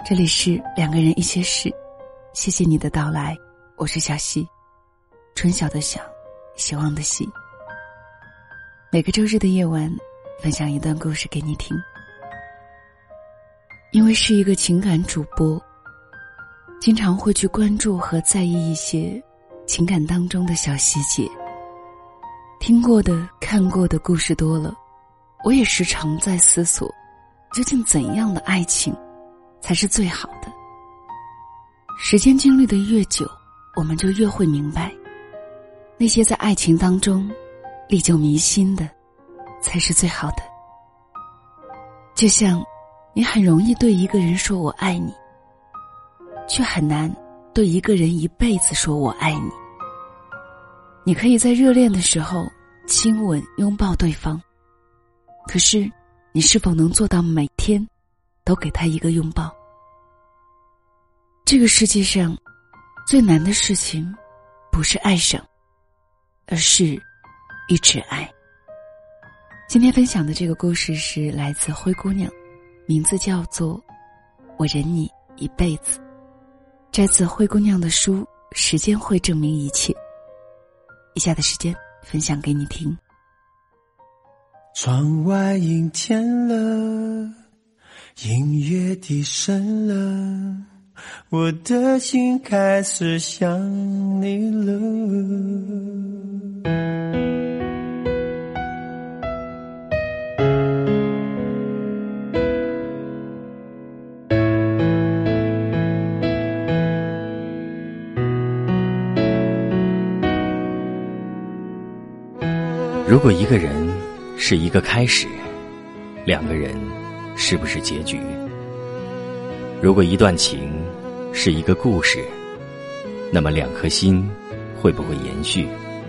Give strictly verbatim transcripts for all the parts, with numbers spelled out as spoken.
这里是两个人一些事，谢谢你的到来，我是小溪，春晓的晓，希望的希。每个周日的夜晚，分享一段故事给你听。因为是一个情感主播，经常会去关注和在意一些情感当中的小细节。听过的看过的故事多了，我也时常在思索，究竟怎样的爱情才是最好的。时间经历的越久，我们就越会明白，那些在爱情当中历久弥新的才是最好的。就像你很容易对一个人说我爱你，却很难对一个人一辈子说我爱你。你可以在热恋的时候亲吻拥抱对方，可是你是否能做到每天都给他一个拥抱？这个世界上最难的事情不是爱上，而是一直爱。今天分享的这个故事是来自灰姑娘，名字叫做我忍你一辈子，摘自灰姑娘的书《时间会证明一切》。以下的时间分享给你听。 窗外阴天了，音乐低声了，我的心开始想你了。 如果一个人是一个开始，两个人是不是结局？如果一段情是一个故事，那么两颗心会不会延续？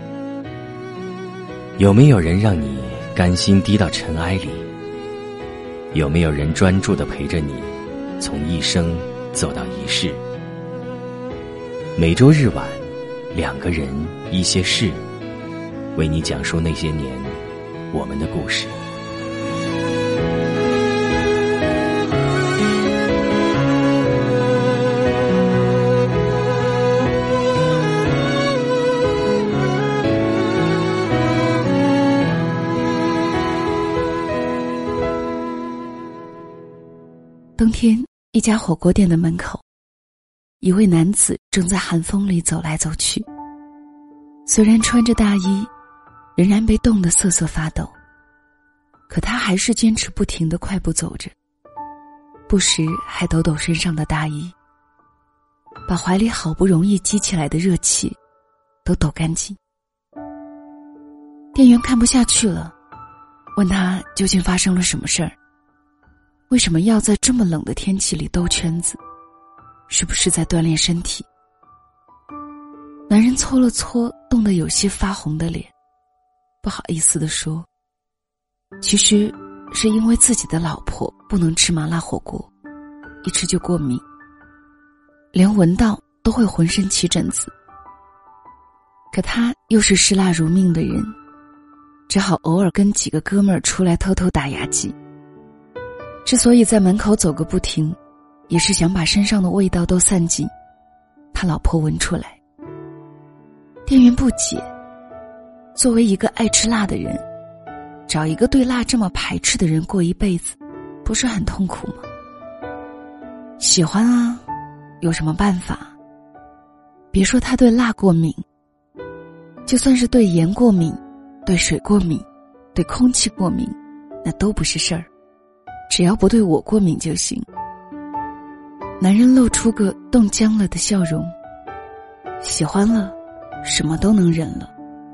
有没有人让你甘心低到尘埃里？有没有人专注地陪着你从一生走到一世？每周日晚，两个人一些事，为你讲述那些年我们的故事。 冬天，一家火锅店的门口，一位男子正在寒风里走来走去。虽然穿着大衣，仍然被冻得瑟瑟发抖，可他还是坚持不停地快步走着，不时还抖抖身上的大衣，把怀里好不容易积起来的热气都抖干净。店员看不下去了，问他究竟发生了什么事儿，为什么要在这么冷的天气里兜圈子，是不是在锻炼身体？男人搓了搓冻得有些发红的脸，不好意思地说，其实是因为自己的老婆不能吃麻辣火锅，一吃就过敏，连闻到都会浑身起疹子。可他又是嗜辣如命的人，只好偶尔跟几个哥们儿出来偷偷打牙祭。之所以在门口走个不停，也是想把身上的味道都散尽，他老婆闻出来。店员不解，作为一个爱吃辣的人，找一个对辣这么排斥的人过一辈子，不是很痛苦吗？喜欢啊，有什么办法？别说他对辣过敏，就算是对盐过敏，对水过敏，对空气过敏，那都不是事儿，只要不对我过敏就行。男人露出个冻僵了的笑容，喜欢了，什么都能忍了。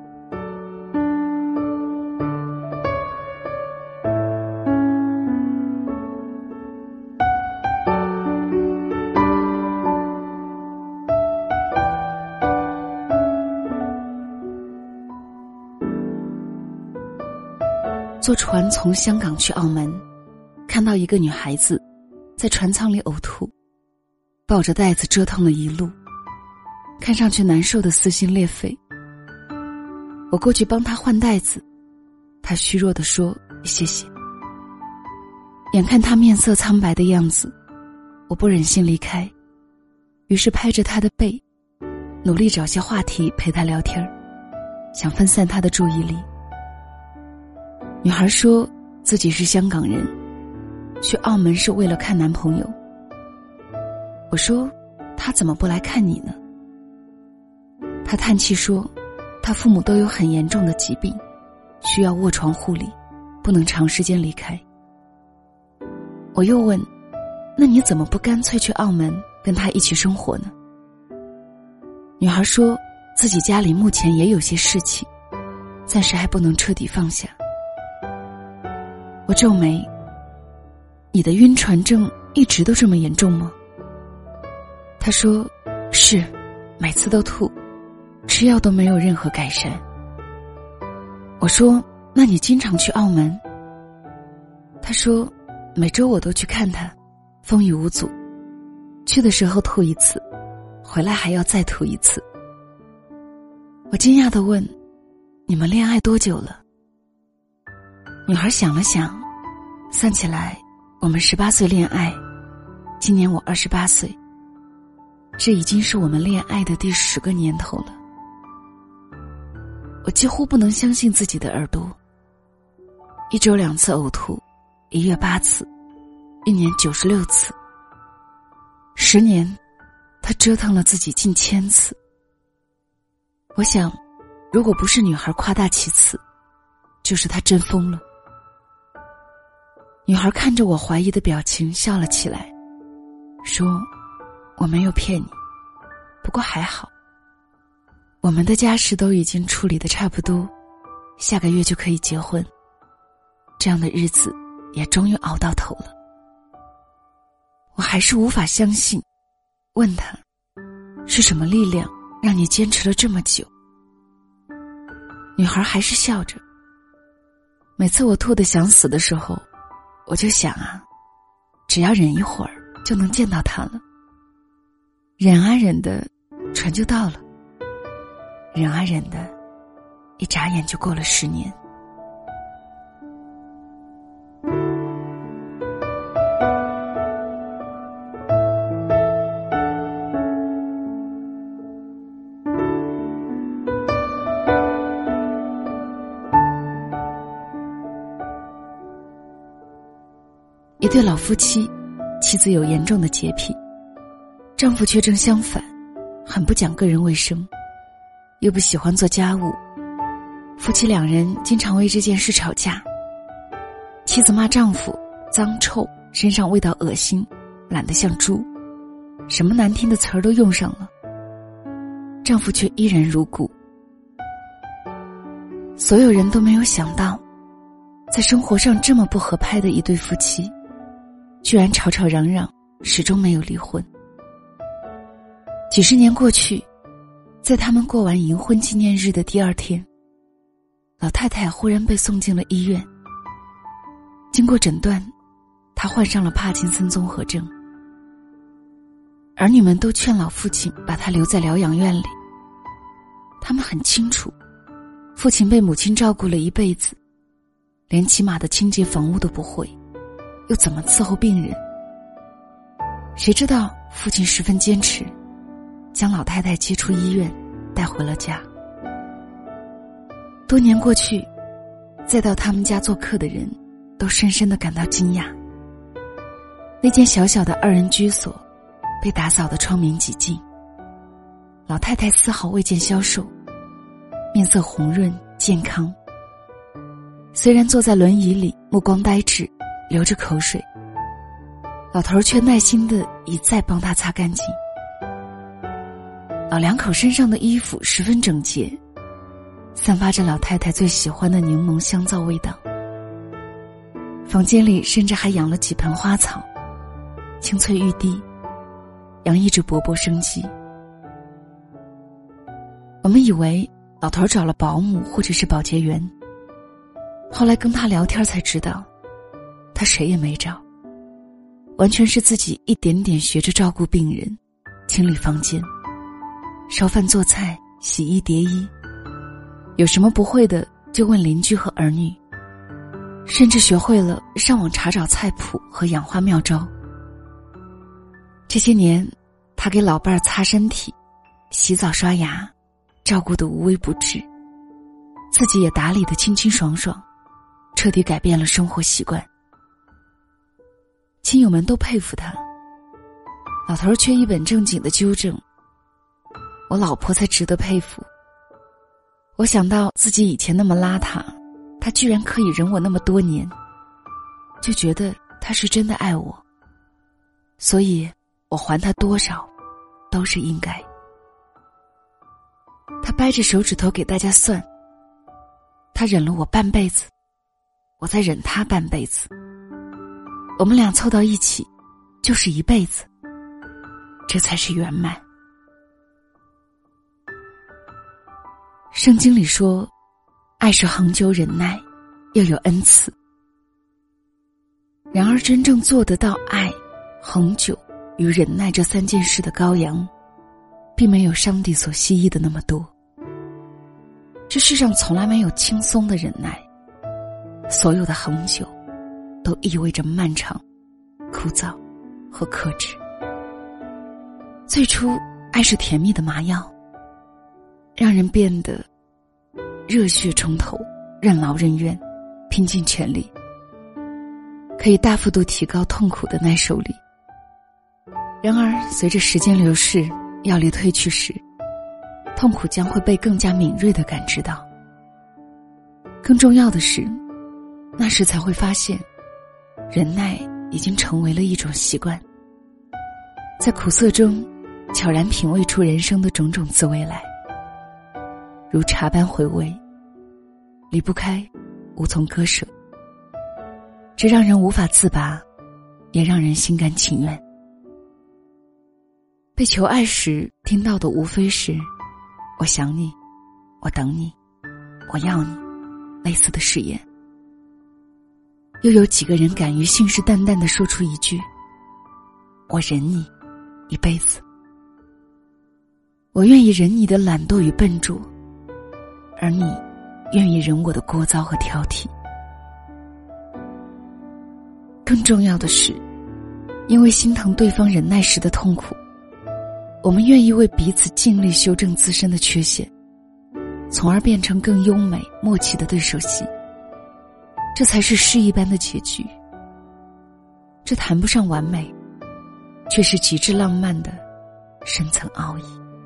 坐船从香港去澳门，看到一个女孩子在船舱里呕吐，抱着袋子折腾了一路，看上去难受的撕心裂肺。我过去帮她换袋子，她虚弱地说谢谢。眼看她面色苍白的样子， 我不忍心离开，于是拍着他的背，努力找些话题陪他聊天，想分散他的注意力。女孩说自己是香港人，去澳门是为了看男朋友。我说他怎么不来看你呢？他叹气说他父母都有很严重的疾病，需要卧床护理，不能长时间离开。我又问，那你怎么不干脆去澳门跟他一起生活呢？女孩说自己家里目前也有些事情，暂时还不能彻底放下。我皱眉，你的晕船症一直都这么严重吗？她说是，每次都吐，吃药都没有任何改善。我说那你经常去澳门？她说每周我都去看他，风雨无阻，去的时候吐一次，回来还要再吐一次。我惊讶地问，你们恋爱多久了？女孩想了想，算起来我们十八岁恋爱，今年我二十八岁，这已经是我们恋爱的第十个年头了。我几乎不能相信自己的耳朵，一周两次呕吐，一月八次，一年九十六次，十年，他折腾了自己近千次。我想，如果不是女孩夸大其词，就是他真疯了。女孩看着我怀疑的表情笑了起来，说我没有骗你，不过还好，我们的家事都已经处理得差不多，下个月就可以结婚，这样的日子也终于熬到头了。我还是无法相信，问他是什么力量让你坚持了这么久？女孩还是笑着。每次我吐得想死的时候，我就想啊，只要忍一会儿就能见到他了。忍啊忍的，船就到了。忍啊忍的，一眨眼就过了十年。一对老夫妻，妻子有严重的洁癖，丈夫却正相反，很不讲个人卫生，又不喜欢做家务。夫妻两人经常为这件事吵架。妻子骂丈夫脏臭，身上味道恶心，懒得像猪，什么难听的词儿都用上了。丈夫却依然如故。所有人都没有想到，在生活上这么不合拍的一对夫妻，居然吵吵嚷嚷，始终没有离婚。几十年过去，在他们过完银婚纪念日的第二天，老太太忽然被送进了医院。经过诊断，她患上了帕金森综合症。儿女们都劝老父亲把她留在疗养院里。他们很清楚，父亲被母亲照顾了一辈子，连起码的清洁房屋都不会，又怎么伺候病人？谁知道父亲十分坚持，将老太太接出医院，带回了家。多年过去，再到他们家做客的人都深深地感到惊讶。那间小小的二人居所被打扫得窗明几净，老太太丝毫未见消瘦，面色红润健康。虽然坐在轮椅里，目光呆滞，流着口水，老头却耐心地一再帮他擦干净。老两口身上的衣服十分整洁，散发着老太太最喜欢的柠檬香皂味道。房间里甚至还养了几盆花草，青翠欲滴，洋溢着勃勃生机。我们以为老头找了保姆或者是保洁员，后来跟他聊天才知道，他谁也没找，完全是自己一点点学着照顾病人，清理房间，烧饭做菜，洗衣叠衣，有什么不会的就问邻居和儿女，甚至学会了上网查找菜谱和养花妙招。 这些年，他给老伴儿擦身体、洗澡刷牙，照顾得无微不至，自己也打理得清清爽爽，彻底改变了生活习惯。亲友们都佩服他，老头儿却一本正经地纠正：我老婆才值得佩服。我想到自己以前那么邋遢，他居然可以忍我那么多年，就觉得他是真的爱我，所以我还他多少都是应该。他掰着手指头给大家算，他忍了我半辈子，我再忍他半辈子，我们俩凑到一起就是一辈子，这才是圆满。圣经里说，爱是恒久忍耐，又有恩慈。然而真正做得到爱、恒久与忍耐这三件事的羔羊，并没有上帝所希冀的那么多。这世上从来没有轻松的忍耐，所有的恒久都意味着漫长、枯燥和克制。最初，爱是甜蜜的麻药，让人变得热血冲头，任劳任怨，拼尽全力，可以大幅度提高痛苦的耐受力。然而随着时间流逝，药力褪去时，痛苦将会被更加敏锐地感知到。更重要的是，那时才会发现，忍耐已经成为了一种习惯，在苦涩中悄然品味出人生的种种滋味来，如茶般回味，离不开，无从割舍。这让人无法自拔，也让人心甘情愿。被求爱时听到的无非是我想你，我等你，我要你，类似的誓言。又有几个人敢于信誓旦旦地说出一句我忍你一辈子。我愿意忍你的懒惰与笨拙，而你愿意忍我的聒噪和挑剔。更重要的是，因为心疼对方忍耐时的痛苦，我们愿意为彼此尽力修正自身的缺陷，从而变成更优美默契的对手戏。这才是诗一般的结局。这谈不上完美，却是极致浪漫的深层奥义。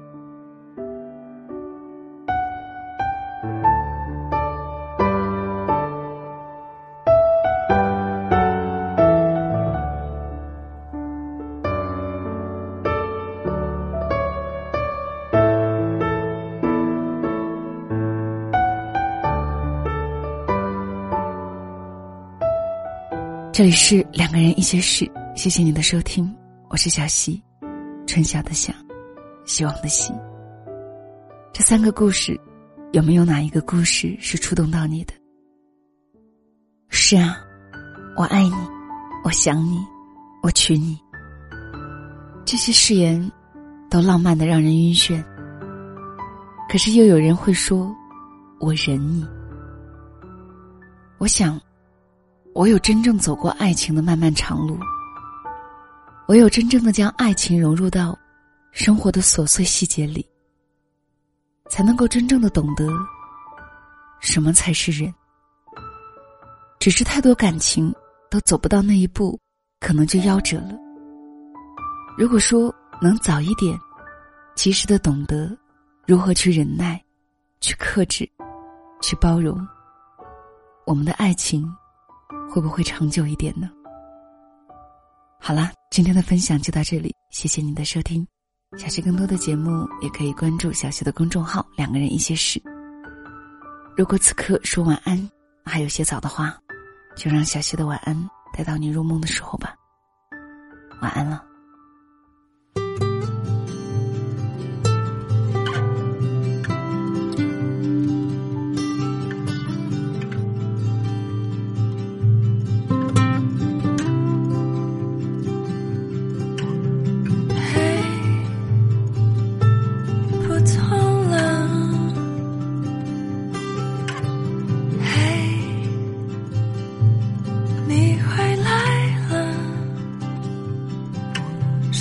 这里是两个人一些事，谢谢你的收听，我是小溪，春夏的夏，希望的希。这三个故事，有没有哪一个故事是触动到你的？是啊，我爱你，我想你，我娶你。这些誓言都浪漫得让人晕眩，可是又有人会说我忍你。我想我有真正走过爱情的漫漫长路，我有真正的将爱情融入到生活的琐碎细节里，才能够真正的懂得什么才是忍。只是太多感情都走不到那一步，可能就夭折了。如果说能早一点及时的懂得如何去忍耐，去克制，去包容，我们的爱情会不会长久一点呢？好啦，今天的分享就到这里，谢谢你的收听。小溪更多的节目也可以关注小溪的公众号两个人一些事。如果此刻说晚安还有些早的话，就让小溪的晚安带到你入梦的时候吧。晚安了。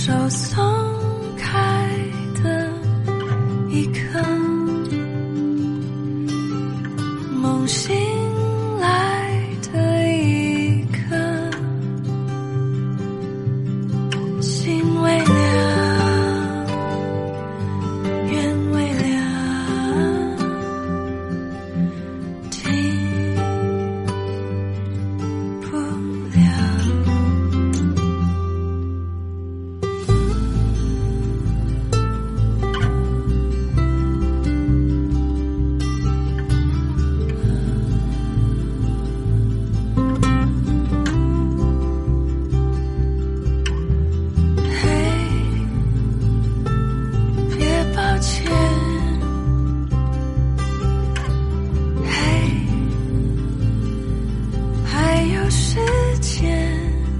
手松开的一刻，梦醒来的一刻，心微凉，愿微凉，停不了。时间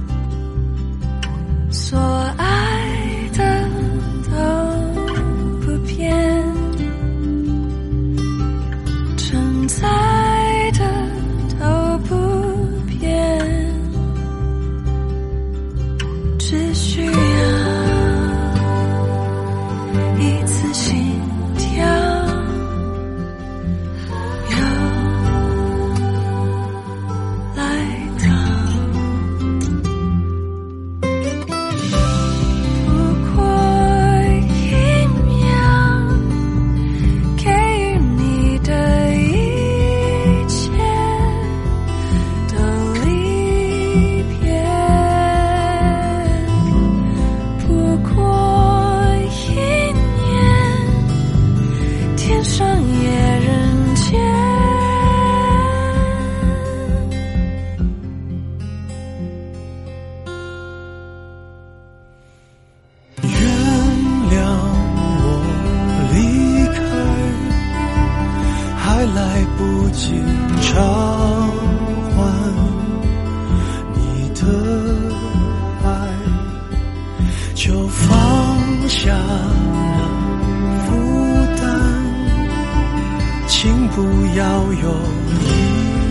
所爱的都不变，承载的都不变，只需要一次心跳，上也人间， 原谅我离开，还来不及偿还你的爱，就放下了负担，请不要有遗